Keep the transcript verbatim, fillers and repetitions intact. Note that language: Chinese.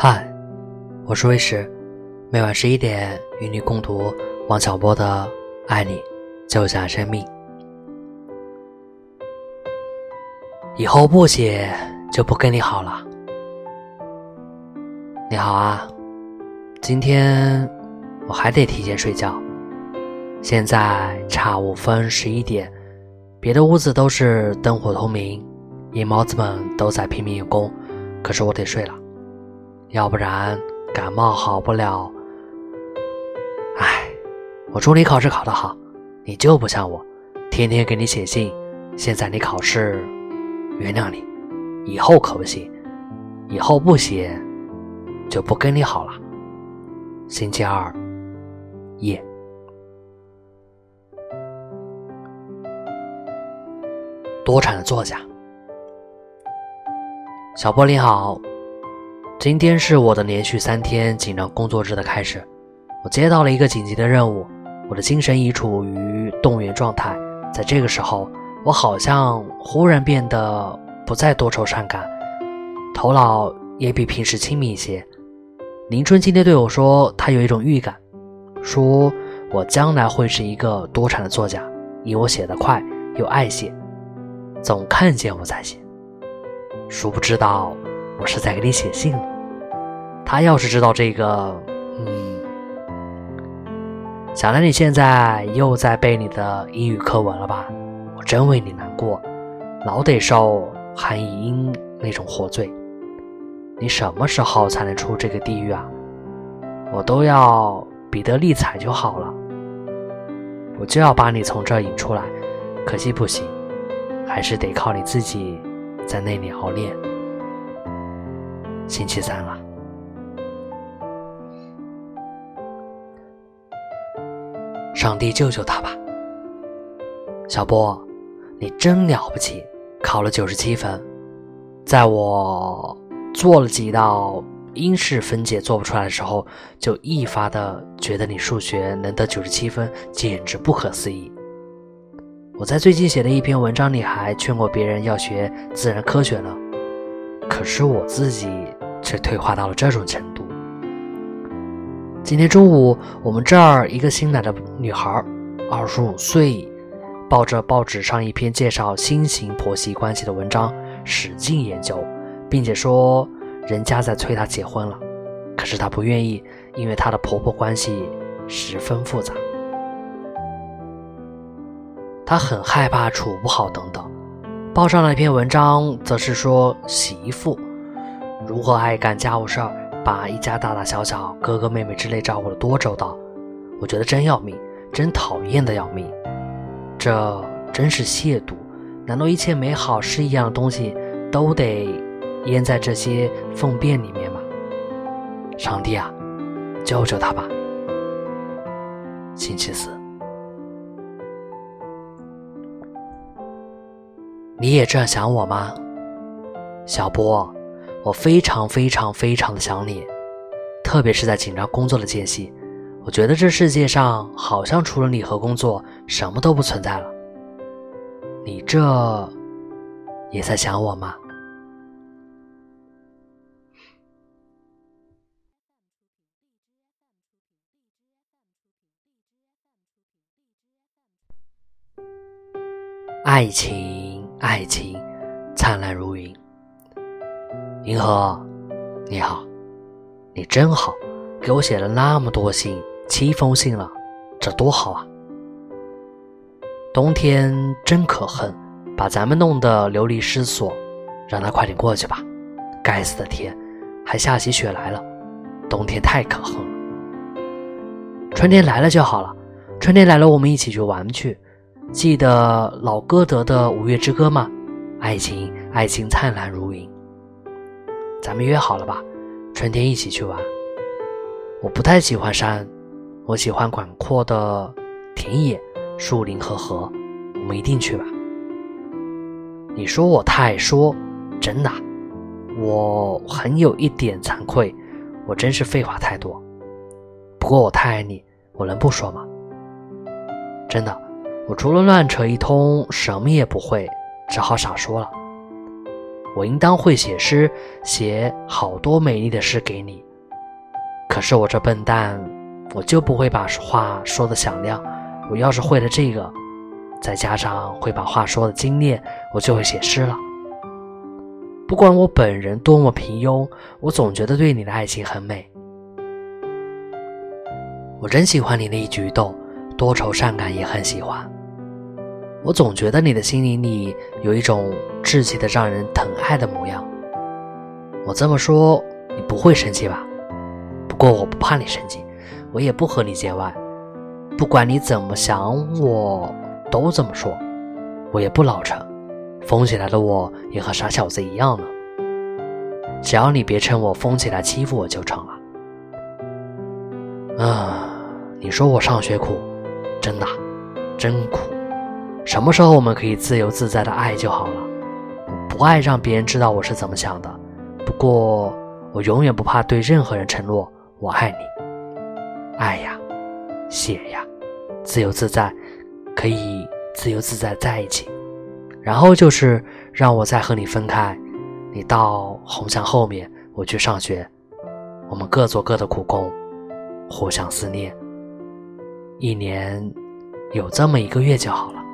嗨，我是魏石，每晚十一点与你共读王小波的《爱你就像生命》。以后不写就不跟你好了。你好啊，今天我还得提前睡觉。现在差五分十一点，别的屋子都是灯火通明，夜猫子们都在拼命用功，可是我得睡了，要不然感冒好不了。唉，我祝你考试考得好，你就不像我，天天给你写信，现在你考试，原谅你，以后可不行，以后不写就不跟你好了。星期二夜。多产的作家小波你好，今天是我的连续三天紧张工作日的开始，我接到了一个紧急的任务，我的精神已处于动员状态。在这个时候，我好像忽然变得不再多愁善感，头脑也比平时清明一些。林春今天对我说，他有一种预感，说我将来会是一个多产的作家，因为我写得快又爱写，总看见我在写。殊不知道我是在给你写信了。他要是知道这个，嗯，想来你现在又在背你的英语课文了吧？我真为你难过，老得受韩以英那种活罪。你什么时候才能出这个地狱啊？我都要彼得利彩就好了，我就要把你从这儿引出来，可惜不行，还是得靠你自己在那里熬练。星期三了，上帝救救他吧。小波，你真了不起，考了九十七分。在我做了几道英式分解做不出来的时候，就一发的觉得你数学能得九十七分简直不可思议。我在最近写的一篇文章里还劝过别人要学自然科学呢，可是我自己却退化到了这种程度。今天中午我们这儿一个新来的女孩，二十五岁，抱着报纸上一篇介绍新型婆媳关系的文章使劲研究，并且说人家在催她结婚了，可是她不愿意，因为她的婆婆关系十分复杂，她很害怕处不好等等。报上那篇文章则是说媳妇如何爱干家务事儿，把一家大大小小哥哥妹妹之类照顾得多周到。我觉得真要命，真讨厌的要命，这真是亵渎。难道一切美好诗一样的东西都得淹在这些粪便里面吗？上帝啊，救救他吧。星期四，你也这样想我吗？小波，我非常非常非常的想你，特别是在紧张工作的间隙，我觉得这世界上好像除了你和工作什么都不存在了。你这也在想我吗？爱情爱情灿烂如云。银河你好，你真好，给我写了那么多信，七封信了，这多好啊。冬天真可恨，把咱们弄得流离失所，让它快点过去吧。该死的天，还下起雪来了，冬天太可恨了。春天来了就好了，春天来了我们一起去玩去。记得老歌德的五月之歌吗？爱情爱情灿烂如云。咱们约好了吧，春天一起去玩。我不太喜欢山，我喜欢广阔的田野、树林和河，我们一定去吧。你说我太说，真的，我很有一点惭愧，我真是废话太多。不过我太爱你，我能不说吗？真的，我除了乱扯一通什么也不会，只好少说了。 我应当会写诗，写好多美丽的诗给你。可是我这笨蛋，我就不会把话说得响亮。我要是会了这个，再加上会把话说得精炼，我就会写诗了。不管我本人多么平庸，我总觉得对你的爱情很美。我真喜欢你的一举一动，多愁善感也很喜欢。我总觉得你的心灵里有一种稚气的让人疼爱的模样。我这么说你不会生气吧？不过我不怕你生气，我也不和你见外。不管你怎么想，我都这么说。我也不老成，疯起来的我也和傻小子一样了。只要你别趁我疯起来欺负我就成了。啊，你说我上学苦，真的真苦。什么时候我们可以自由自在的爱就好了。我不爱让别人知道我是怎么想的，不过我永远不怕对任何人承诺我爱你。爱呀，写呀，自由自在，可以自由自在在一起。然后就是让我再和你分开，你到红墙后面，我去上学，我们各做各的苦工，互相思念。一年有这么一个月就好了。